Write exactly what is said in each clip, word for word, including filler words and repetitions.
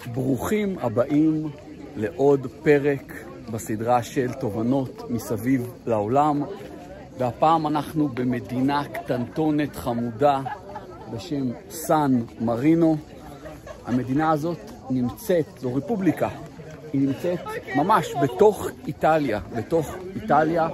ברוכים הבאים לעוד פרק בסדרה של תובנות מסביב לעולם. והפעם אנחנו במדינה קטנטונת חמודה בשם סן מרינו. המדינה הזאת נמצאת, זו רפובליקה, היא נמצאת ממש בתוך איטליה, בתוך איטליה,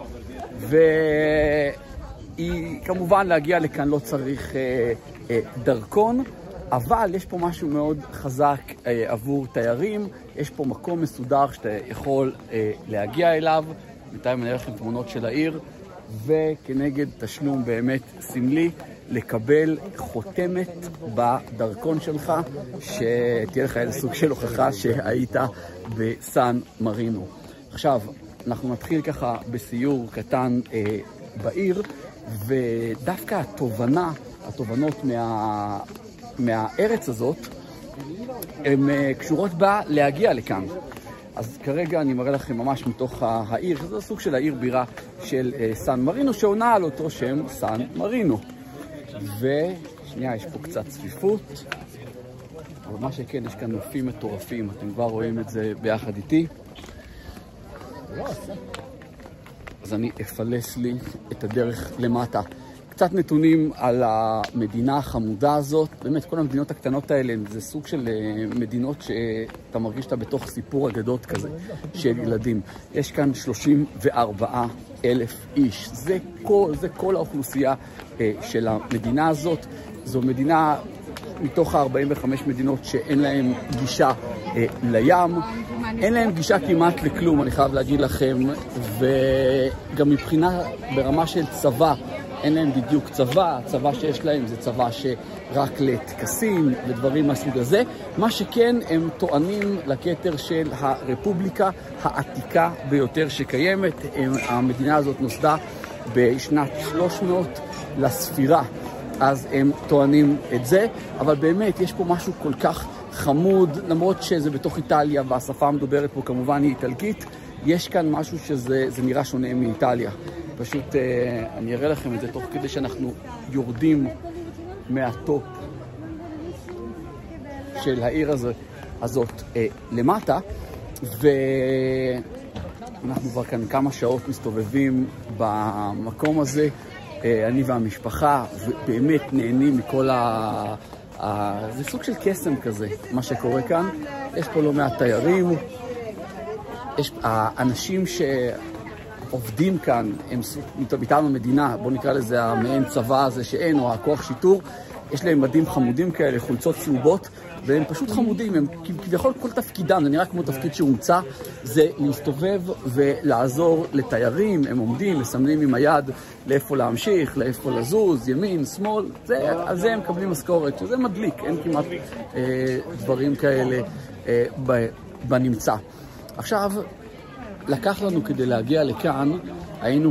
והיא כמובן להגיע לכאן לא צריך אה, אה, דרכון, אבל יש פה משהו מאוד חזק אה, עבור תיירים. יש פה מקום מסודר שאתה יכול אה, להגיע אליו. בינתיים אני אראה לכם תמונות של העיר, וכנגד תשלום באמת סמלי לקבל חותמת בדרכון שלך, שתהיה לך איזה סוג של הוכחה שהיית בסן מרינו. עכשיו, אנחנו נתחיל ככה בסיור קטן אה, בעיר, ודווקא התובנה, התובנות מה, מהארץ הזאת, הן אה, קשורות בה להגיע לכאן. אז כרגע אני מראה לכם ממש מתוך העיר, זה סוג של העיר בירה של אה, סן מרינו, שעונה על אותו שם סן מרינו. ושנייה, יש פה קצת צפיפות, אבל מה שכן, יש כאן נופים מטורפים, אתם כבר רואים את זה ביחד איתי. אז אני אפלס לי את הדרך למטה. קצת נתונים על המדינה החמודה הזאת. באמת, כל המדינות הקטנות האלה זה סוג של מדינות שאתה מרגיש שאתה בתוך סיפור אגדות כזה של ילדים. יש כאן שלושים וארבעה אלף איש. זה כל, זה כל האוכלוסייה של המדינה הזאת. זו מדינה מתוך ה-ארבעים וחמש מדינות שאין להם גישה אה, לים. אין להם גישה כמעט לכלום, אני חייב להגיד לכם. וגם מבחינה ברמה של צבא, אין להם בדיוק צבא. הצבא שיש להם זה צבא שרק לטקסים ודברים מהסוג הזה. מה שכן, הם טוענים לכתר של הרפובליקה העתיקה ביותר שקיימת. המדינה הזאת נוסדה בשנת שלוש מאות לספירה. אז הם טוענים את זה, אבל באמת יש פה משהו כל כך חמוד, למרות שזה בתוך איטליה והשפה המדוברת פה כמובן היא איטלקית, יש כאן משהו שזה זה נראה שונה מאיטליה. פשוט אה, אני אראה לכם את זה תוך כדי שאנחנו יורדים מהטופ של העיר הזה, הזאת אה, למטה, ואנחנו כבר כאן כמה שעות מסתובבים במקום הזה, אני והמשפחה, ובאמת נהנים מכל ה... ה... זה סוג של קסם כזה, מה שקורה כאן. יש פה לא מעט תיירים, יש האנשים שעובדים כאן, הם מטעם המדינה, בוא נקרא לזה המעין צבא הזה שאין, או הכוח שיטור, יש להם מדים חמודים כאלה, חולצות צהובות, והם פשוט חמודים, הם כביכול כל תפקידם, זה נראה כמו תפקיד שהומצא, זה להסתובב ולעזור לתיירים. הם עומדים, מסמנים עם היד לאיפה להמשיך, לאיפה לזוז, ימין, שמאל, זה, על זה הם מקבלים משכורת, שזה מדליק, אין כמעט אה, דברים כאלה אה, בנמצא. עכשיו, לקח לנו כדי להגיע לכאן, היינו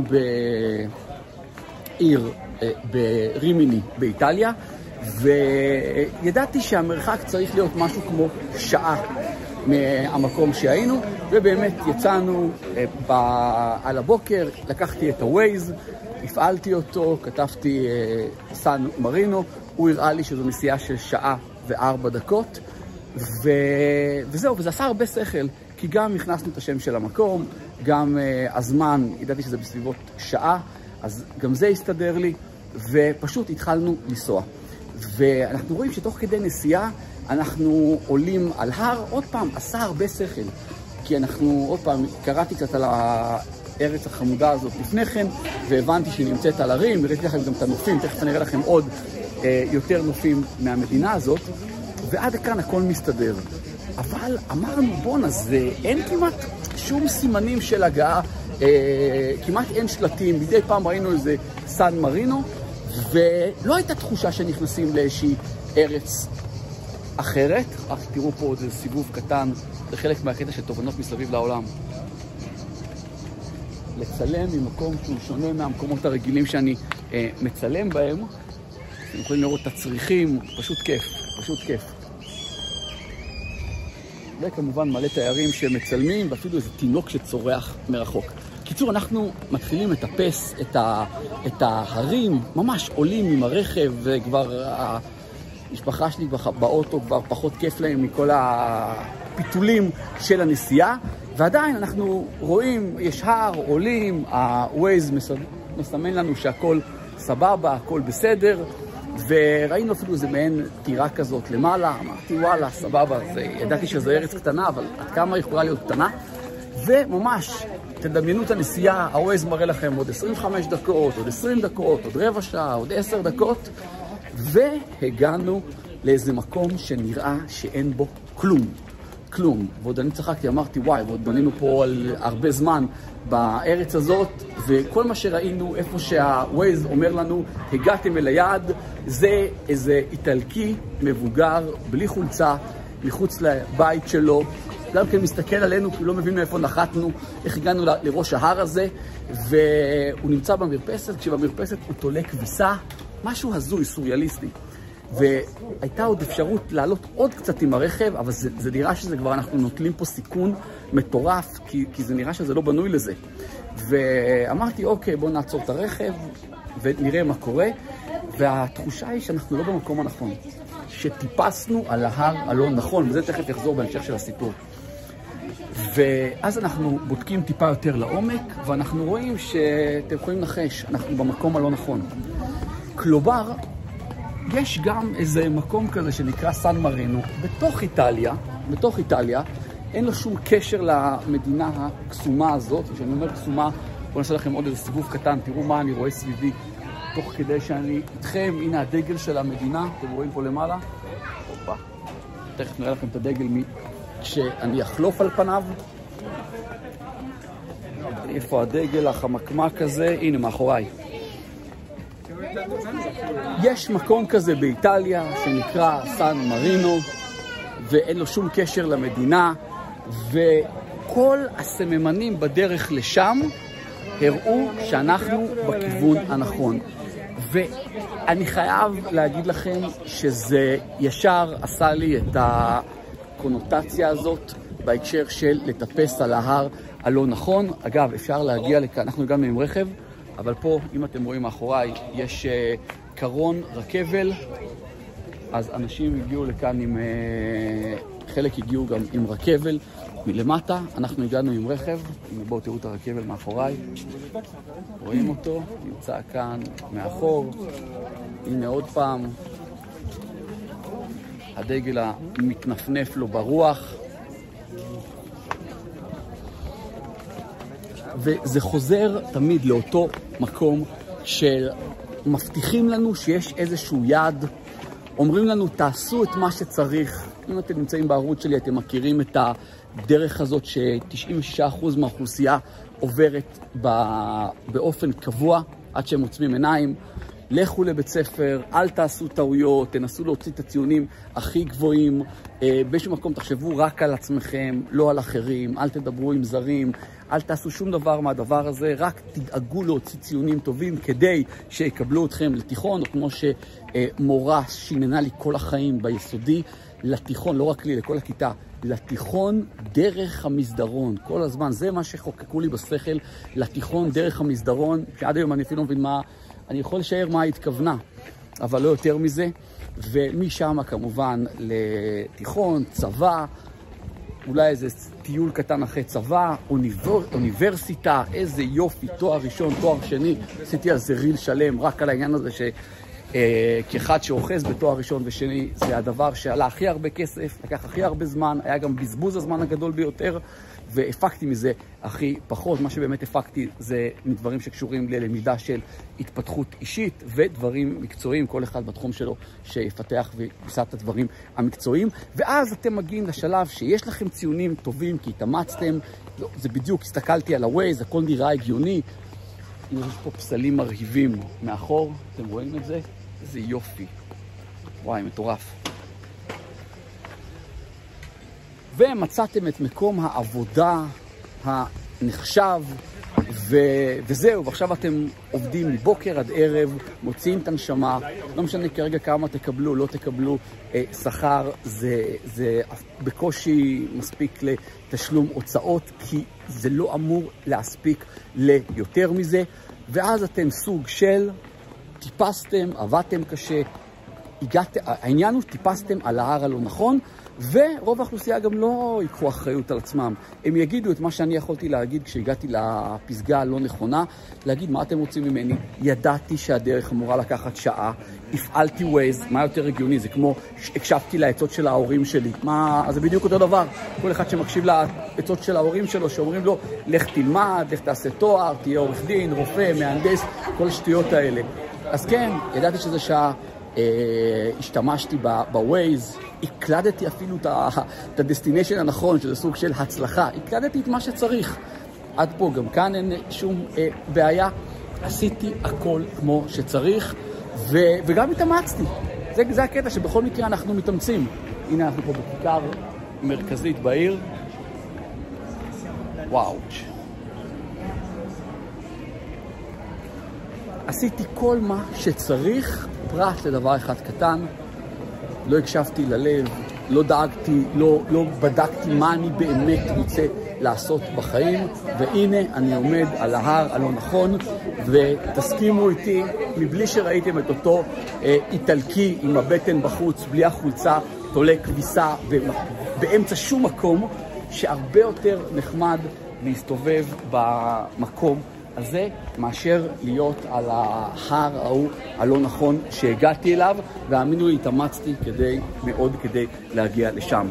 בעיר, אה, ברימיני באיטליה, וידעתי שהמרחק צריך להיות משהו כמו שעה מהמקום שהיינו, ובאמת יצאנו ב... על הבוקר, לקחתי את הווייז, הפעלתי אותו, כתבתי סן מרינו, הוא הראה לי שזו נסיעה של שעה וארבע דקות, ו... וזהו, וזה עשה הרבה שכל, כי גם הכנסנו את השם של המקום, גם הזמן, ידעתי שזה בסביבות שעה, אז גם זה הסתדר לי, ופשוט התחלנו לנסוע. ואנחנו רואים שתוך כדי נסיעה אנחנו עולים על הר, עוד פעם, עשה הרבה שכל, כי אנחנו, עוד פעם, קראתי קצת על הארץ החמודה הזאת לפני כן, והבנתי שהיא נמצאת על הרים, וראיתי לכם גם את הנופים, תכף אני אראה לכם עוד אה, יותר נופים מהמדינה הזאת, ועד כאן הכל מסתדר. אבל אמרנו, בוא נזה, אין כמעט שום סימנים של הגעה, אה, כמעט אין שלטים, מדי פעם ראינו איזה סן מרינו, ולא הייתה תחושה שנכנסים לאיזושהי ארץ אחרת. רק תראו פה עוד איזה סיבוב קטן, זה חלק מהקטע של תובנות מסביב לעולם. לצלם ממקום שהוא שונה מהמקומות הרגילים שאני אה, מצלם בהם. אתם יכולים לראות את הצריכים, פשוט כיף, פשוט כיף. וכמובן מלא תיירים שמצלמים, ואפילו איזה תינוק שצורח מרחוק. קיצור, אנחנו מתחילים לטפס את, ה, את ההרים, ממש עולים עם הרכב, וכבר משפחה שלי באוטו כבר פחות כיף להם מכל הפיתולים של הנסיעה, ועדיין אנחנו רואים, יש הר, עולים, ה-Waze מסמן לנו שהכל סבבה, הכל בסדר, וראינו אפילו איזה מעין טירה כזאת למעלה, אמרתי וואלה, סבבה, זה, ידעתי שזו ארץ קטנה, אבל עד כמה יכולה להיות קטנה, וממש, תדמיינו את הנסיעה, ה-Waze מראה לכם עוד עשרים וחמש דקות, עוד עשרים דקות, עוד רבע שעה, עוד עשר דקות, והגענו לאיזה מקום שנראה שאין בו כלום. כלום. ועוד אני צחקתי, אמרתי, וואי, ועוד בנינו פה על הרבה זמן בארץ הזאת, וכל מה שראינו, איפה שהווייז אומר לנו, הגעתם אל היעד, זה איזה איטלקי מבוגר, בלי חולצה, מחוץ לבית שלו, גם כן מסתכל עלינו, כי הוא לא מבין מאיפה נחתנו, איך הגענו לראש ההר הזה, והוא נמצא במרפסת, כשבמרפסת הוא תולה כביסה, משהו הזוי, סוריאליסטי. והייתה עוד אפשרות לעלות עוד קצת עם הרכב, אבל זה, זה נראה שזה כבר, אנחנו נוטלים פה סיכון מטורף, כי, כי זה נראה שזה לא בנוי לזה. ואמרתי, אוקיי, בואו נעצור את הרכב ונראה מה קורה. והתחושה היא שאנחנו לא במקום הנכון, שטיפסנו על ההר הלא נכון, וזה תכף יחזור בהמשך של הסיפור. ואז אנחנו בודקים טיפה יותר לעומק, ואנחנו רואים שאתם יכולים לנחש, אנחנו במקום הלא נכון. כלומר, יש גם איזה מקום כזה שנקרא סן מרינו, בתוך איטליה, בתוך איטליה, אין לו שום קשר למדינה הקסומה הזאת, כשאני אומר קסומה, בואו נעשה לכם עוד איזה סיבוב קטן, תראו מה אני רואה סביבי, תוך כדי שאני איתכם, הנה הדגל של המדינה, אתם רואים פה למעלה, אופה, תכף נראה לכם את הדגל כשאני אחלוף על פניו, איפה הדגל החמקמק הזה, הנה מאחוריי. יש מקום כזה באיטליה שנקרא סן מרינו, ואין לו שום קשר למדינה, וכל הסממנים בדרך לשם הראו שאנחנו בכיוון הנכון. ואני חייב להגיד לכם שזה ישר עשה לי את הקונוטציה הזאת בהקשר של לטפס על ההר הלא נכון. אגב, אפשר להגיע לכאן, אנחנו הגענו עם רכב, אבל פה, אם אתם רואים מאחוריי, יש uh, קרון רכבל, אז אנשים הגיעו לכאן עם, uh, חלק הגיעו גם עם רכבל מלמטה, אנחנו הגענו עם רכב, בואו תראו את הרכבל מאחוריי, רואים אותו, נמצא כאן מאחור, הנה עוד פעם, הדגל המתנפנף לו ברוח, וזה חוזר תמיד לאותו מקום של מבטיחים לנו שיש איזשהו יעד, אומרים לנו תעשו את מה שצריך. אם אתם נמצאים בערוץ שלי אתם מכירים את הדרך הזאת ש-תשעים ושש אחוז מהאוכלוסייה עוברת באופן קבוע עד שהם עוצמים עיניים. לכו לבית ספר, אל תעשו טעויות, תנסו להוציא את הציונים הכי גבוהים, באיזשהו מקום תחשבו רק על עצמכם, לא על אחרים, אל תדברו עם זרים, אל תעשו שום דבר מהדבר הזה, רק תדאגו להוציא ציונים טובים כדי שיקבלו אתכם לתיכון, או כמו שמורה שיננה לי כל החיים ביסודי, לתיכון, לא רק לי, לכל הכיתה, לתיכון דרך המסדרון, כל הזמן, זה מה שחוקקו לי בשכל, לתיכון דרך המסדרון, שעד היום אני אפילו לא מבין מה, אני יכול לשער מה התכוונה, אבל לא יותר מזה, ומשם כמובן לתיכון, צבא, אולי איזה טיול קטן אחרי צבא, אוניבר, אוניברסיטה, איזה יופי, תואר ראשון, תואר שני, עשיתי על זה ריל שלם, רק על העניין הזה שכאחד שאוחז בתואר ראשון ושני, זה הדבר שעלה הכי הרבה כסף, לקח הכי הרבה זמן, היה גם בזבוז הזמן הגדול ביותר, והפקתי מזה הכי פחות. מה שבאמת הפקתי זה מדברים שקשורים ללמידה של התפתחות אישית ודברים מקצועיים, כל אחד בתחום שלו שיפתח ויעשה את הדברים המקצועיים. ואז אתם מגיעים לשלב שיש לכם ציונים טובים כי התאמצתם, לא, זה בדיוק, הסתכלתי על הווייז, הכל נראה הגיוני. יש פה פסלים מרהיבים מאחור, אתם רואים את זה? איזה יופי. וואי, מטורף. ומצאתם את מקום העבודה הנחשב, ו... וזהו, ועכשיו אתם עובדים מבוקר עד ערב, מוציאים את הנשמה, לא משנה כרגע כמה תקבלו, לא תקבלו אה, שכר, זה, זה בקושי מספיק לתשלום הוצאות, כי זה לא אמור להספיק ליותר מזה, ואז אתם סוג של טיפסתם, עבדתם קשה, הגעת, העניין הוא, טיפסתם על ההר הלא נכון, ורוב האוכלוסייה גם לא ייקחו אחריות על עצמם. הם יגידו את מה שאני יכולתי להגיד כשהגעתי לפסגה הלא נכונה, להגיד מה אתם רוצים ממני. ידעתי שהדרך אמורה לקחת שעה, הפעלתי ווייז, מה יותר רגיוני? זה כמו הקשבתי לעצות של ההורים שלי. מה, אז זה בדיוק אותו דבר. כל אחד שמקשיב לעצות של ההורים שלו, שאומרים לו, לך תלמד, לך תעשה תואר, תהיה עורך דין, רופא, מהנדס, כל השטויות האלה. אז כן, ידעתי שזה שעה, אה, השתמשתי בווייז, הקלדתי אפילו את הדסטינשן הנכון, שזה סוג של הצלחה. הקלדתי את מה שצריך. עד פה, גם כאן אין שום אה, בעיה. עשיתי הכל כמו שצריך, ו, וגם התאמצתי. זה, זה הקטע שבכל מקרה אנחנו מתאמצים. הנה אנחנו פה בכיכר מרכזית בעיר. וואו. עשיתי כל מה שצריך, פרט לדבר אחד קטן. לא הקשבתי ללב, לא דאגתי, לא, לא בדקתי מה אני באמת רוצה לעשות בחיים, והנה אני עומד על ההר הלא נכון, ותסכימו איתי, מבלי שראיתם את אותו אה, איטלקי עם הבטן בחוץ, בלי החולצה, תולה כביסה, באמצע שום מקום, שהרבה יותר נחמד להסתובב במקום הזה, מאשר להיות על ההר ההוא הלא נכון שהגעתי אליו, והאמינו לי, התאמצתי כדי, מאוד כדי להגיע לשם.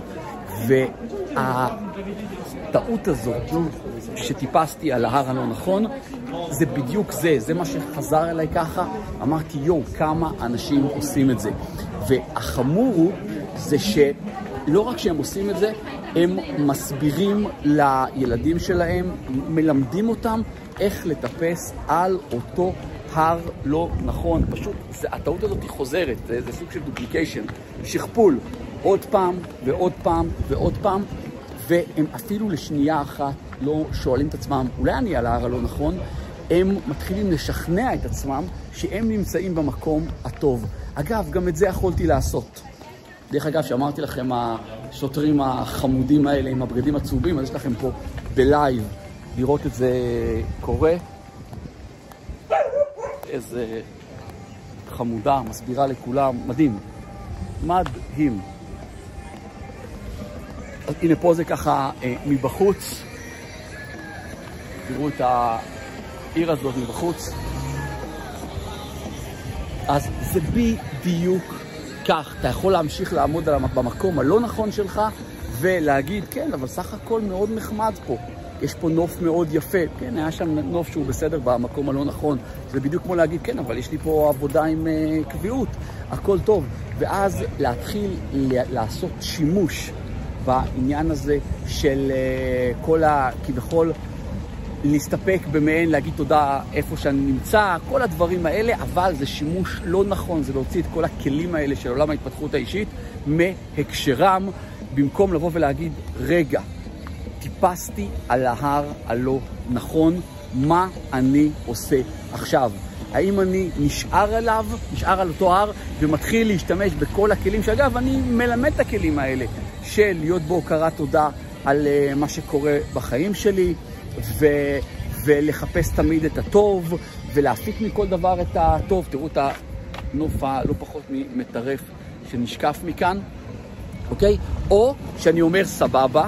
והטעות הזאת שטיפסתי על ההר הלא נכון, זה בדיוק זה, זה מה שחזר אליי ככה. אמרתי, יו, כמה אנשים עושים את זה. והחמור הוא, זה שלא רק שהם עושים את זה, הם מסבירים לילדים שלהם, מלמדים אותם איך לטפס על אותו הר לא נכון. פשוט, זה, הטעות הזאת היא חוזרת, זה, זה סוג של דופליקיישן, שכפול, עוד פעם ועוד פעם ועוד פעם, והם אפילו לשנייה אחת לא שואלים את עצמם, אולי אני על ההר הלא נכון, הם מתחילים לשכנע את עצמם שהם נמצאים במקום הטוב. אגב, גם את זה יכולתי לעשות. דרך אגב, שאמרתי לכם, השוטרים החמודים האלה עם הבגדים הצהובים, אז יש לכם פה בלייב לראות את זה קורה. איזה חמודה, מסבירה לכולם, מדהים, מדהים. אז הנה פה זה ככה אה, מבחוץ, תראו את העיר הזאת מבחוץ. אז זה בדיוק כך, אתה יכול להמשיך לעמוד במקום הלא נכון שלך ולהגיד, כן, אבל סך הכל מאוד נחמד פה. יש פה נוף מאוד יפה. כן, היה שם נוף שהוא בסדר במקום הלא נכון. זה בדיוק כמו להגיד, כן, אבל יש לי פה עבודה עם uh, קביעות. הכל טוב. ואז להתחיל לעשות שימוש בעניין הזה של uh, כל ה... כביכול להסתפק במעין, להגיד תודה איפה שאני נמצא, כל הדברים האלה, אבל זה שימוש לא נכון, זה להוציא את כל הכלים האלה של עולם ההתפתחות האישית מהקשרם, במקום לבוא ולהגיד, רגע, טיפסתי על ההר הלא נכון, מה אני עושה עכשיו? האם אני נשאר עליו, נשאר על אותו הר, ומתחיל להשתמש בכל הכלים, שאגב, אני מלמד את הכלים האלה, של להיות בהוקרת תודה על uh, מה שקורה בחיים שלי, ו... ולחפש תמיד את הטוב, ולהפיק מכל דבר את הטוב. תראו את הנוף הלא פחות מטרף שנשקף מכאן, אוקיי? או שאני אומר סבבה,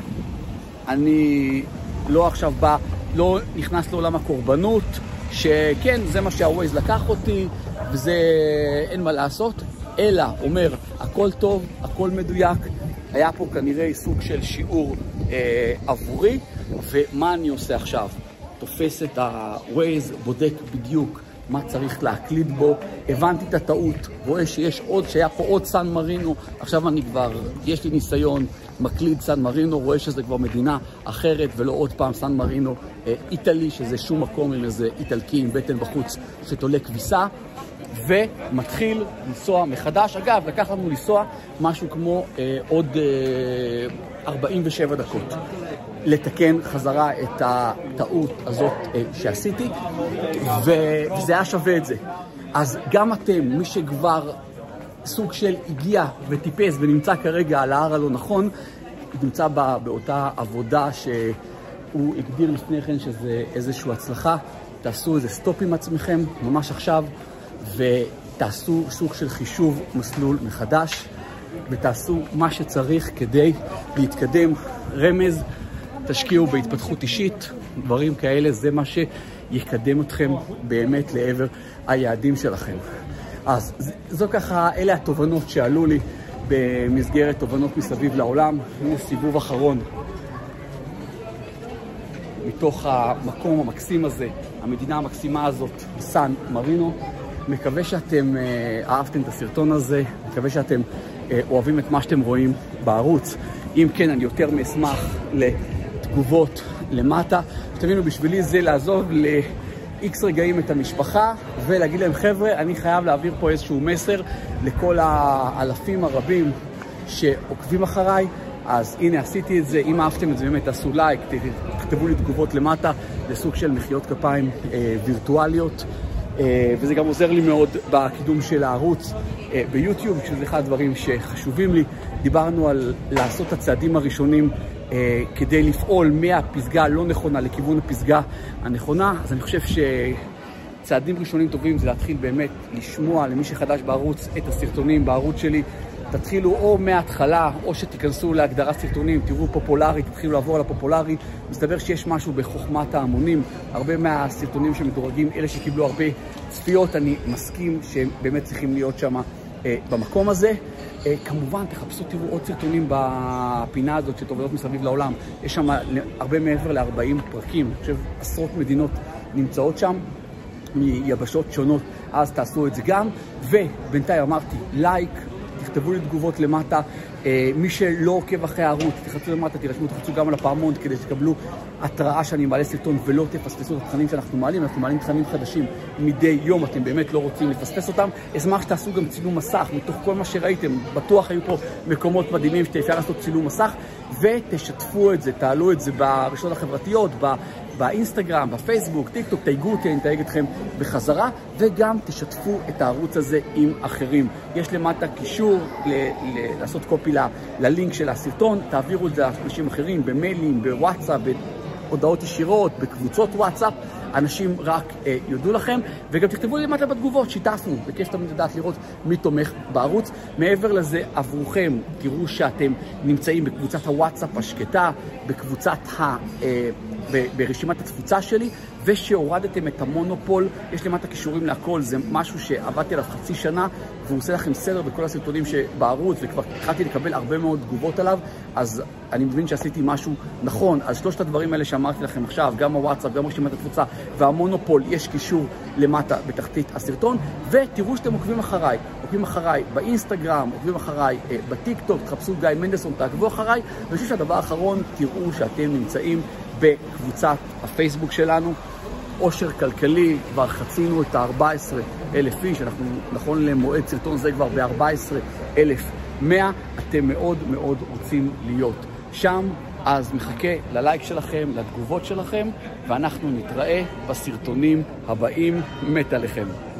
אני לא עכשיו בא, לא נכנס לעולם הקורבנות, שכן, זה מה שהווייז לקח אותי, וזה אין מה לעשות, אלא אומר, הכל טוב, הכל מדויק, היה פה כנראה סוג של שיעור אה, עבורי, ומה אני עושה עכשיו? תופס את הווייז, בודק בדיוק מה צריך להקליד בו, הבנתי את הטעות, רואה שיש עוד, שהיה פה עוד סן מרינו, עכשיו אני כבר, יש לי ניסיון, מקליד סן מרינו, רואה שזה כבר מדינה אחרת, ולא עוד פעם סן מרינו אה, איטלי, שזה שום מקום עם איזה איטלקי עם בטן בחוץ שתולה כביסה, ומתחיל לנסוע מחדש. אגב, לקח לנו לנסוע משהו כמו אה, עוד אה, ארבעים ושבע דקות. לתקן חזרה את הטעות הזאת אה, שעשיתי, וזה היה שווה את זה. אז גם אתם, מי שכבר סוג של הגיע וטיפס ונמצא כרגע על ההר הלא נכון, נמצא בא, באותה עבודה שהוא הגדיר לפני כן שזה איזושהי הצלחה, תעשו איזה סטופ עם עצמכם ממש עכשיו, תעשו סוג של חישוב מסלול מחדש, ותעשו מה שצריך כדי להתקדם. רמז, תשקיעו בהתפתחות אישית, דברים כאלה, זה מה שיקדם אתכם באמת לעבר היעדים שלכם. אז זו ככה, אלה התובנות שעלו לי במסגרת תובנות מסביב לעולם. הנה סיבוב אחרון מתוך המקום המקסים הזה, המדינה המקסימה הזאת, סן מרינו. מקווה שאתם אה, אהבתם את הסרטון הזה, מקווה שאתם אה, אוהבים את מה שאתם רואים בערוץ. אם כן, אני יותר מאשמח לתגובות למטה. שתבינו, בשבילי זה לעזוב ל-X רגעים את המשפחה ולהגיד להם, חבר'ה, אני חייב להעביר פה איזשהו מסר לכל האלפים הרבים שעוקבים אחריי. אז הנה, עשיתי את זה. אם אהבתם את זה, באמת תעשו לייק, תכתבו לי תגובות למטה. זה סוג של מחיאות כפיים אה, וירטואליות. וזה גם עוזר לי מאוד בקידום של הערוץ ביוטיוב, שזה אחד הדברים שחשובים לי. דיברנו על לעשות את הצעדים הראשונים כדי לפעול מהפסגה הלא נכונה לכיוון הפסגה הנכונה. אז אני חושב שצעדים ראשונים טובים זה להתחיל באמת לשמוע למי שחדש בערוץ את הסרטונים בערוץ שלי. תתחילו או מההתחלה, או שתיכנסו להגדרת סרטונים, תראו פופולרי, תתחילו לעבור על הפופולרי. מסתבר שיש משהו בחוכמת ההמונים. הרבה מהסרטונים שמדורגים, אלה שקיבלו הרבה צפיות, אני מסכים שהם באמת צריכים להיות שם אה, במקום הזה. אה, כמובן, תחפשו, תראו עוד סרטונים בפינה הזאת של תובנות מסביב לעולם. יש שם הרבה מעבר ל-ארבעים פרקים. אני חושב עשרות מדינות נמצאות שם, מיבשות שונות, אז תעשו את זה גם. ובינתיים אמרתי, לייק, תכתבו לי תגובות למטה. מי שלא עוקב אחרי הערוץ, תחצו למטה, תירשמו, תחצו גם על הפעמון כדי שתקבלו התראה שאני מעלה סרטון ולא תפספסו את התכנים שאנחנו מעלים. אנחנו מעלים תכנים חדשים מדי יום, אתם באמת לא רוצים לפספס אותם. אשמח שתעשו גם צילום מסך מתוך כל מה שראיתם. בטוח היו פה מקומות מדהימים שאפשר לעשות צילום מסך, ותשתפו את זה, תעלו את זה ברשתות החברתיות, באינסטגרם, בפייסבוק, טיק טוק, תייגו אותי, אני אתייג אתכם בחזרה, וגם תשתפו את הערוץ הזה עם אחרים. יש למטה קישור ל- ל- לעשות קופי ל- ללינק של הסרטון, תעבירו את זה לאנשים אחרים, במיילים, בוואטסאפ, בהודעות ישירות, בקבוצות וואטסאפ, אנשים רק אה, יודו לכם, וגם תכתבו לי למטה בתגובות, שיתפנו, בכיף תמיד לדעת לראות מי תומך בערוץ. מעבר לזה, עבורכם, תראו שאתם נמצאים בקבוצת הוואטסאפ השקטה, בקבוצת ה... אה, ברשימת התפוצה שלי, ושהורדתם את המונופול. יש למטה קישורים להכל, זה משהו שעבדתי עליו חצי שנה, והוא עושה לכם סדר בכל הסרטונים שבערוץ, וכבר התחלתי לקבל הרבה מאוד תגובות עליו, אז אני מבין שעשיתי משהו נכון. אז שלושת הדברים האלה שאמרתי לכם עכשיו, גם הוואטסאפ, גם רשימת התפוצה והמונופול, יש קישור למטה בתחתית הסרטון. ותראו שאתם עוקבים אחריי, עוקבים אחריי באינסטגרם, עוקבים אחריי אה, בטיק טוק, תחפשו גיא מנדלסון, תעקבו אחריי. ואני חושב שהדבר האחרון, תראו שאתם נמצאים בקבוצת הפייסבוק שלנו, עושר כלכלי. כבר חצינו את ה-ארבעה עשר אלף איש, אנחנו נכון למועד סרטון זה כבר ב-ארבעה עשר אלף ומאה. אתם מאוד מאוד רוצים להיות שם, אז מחכה ללייק שלכם, לתגובות שלכם, ואנחנו נתראה בסרטונים הבאים. מת עליכם.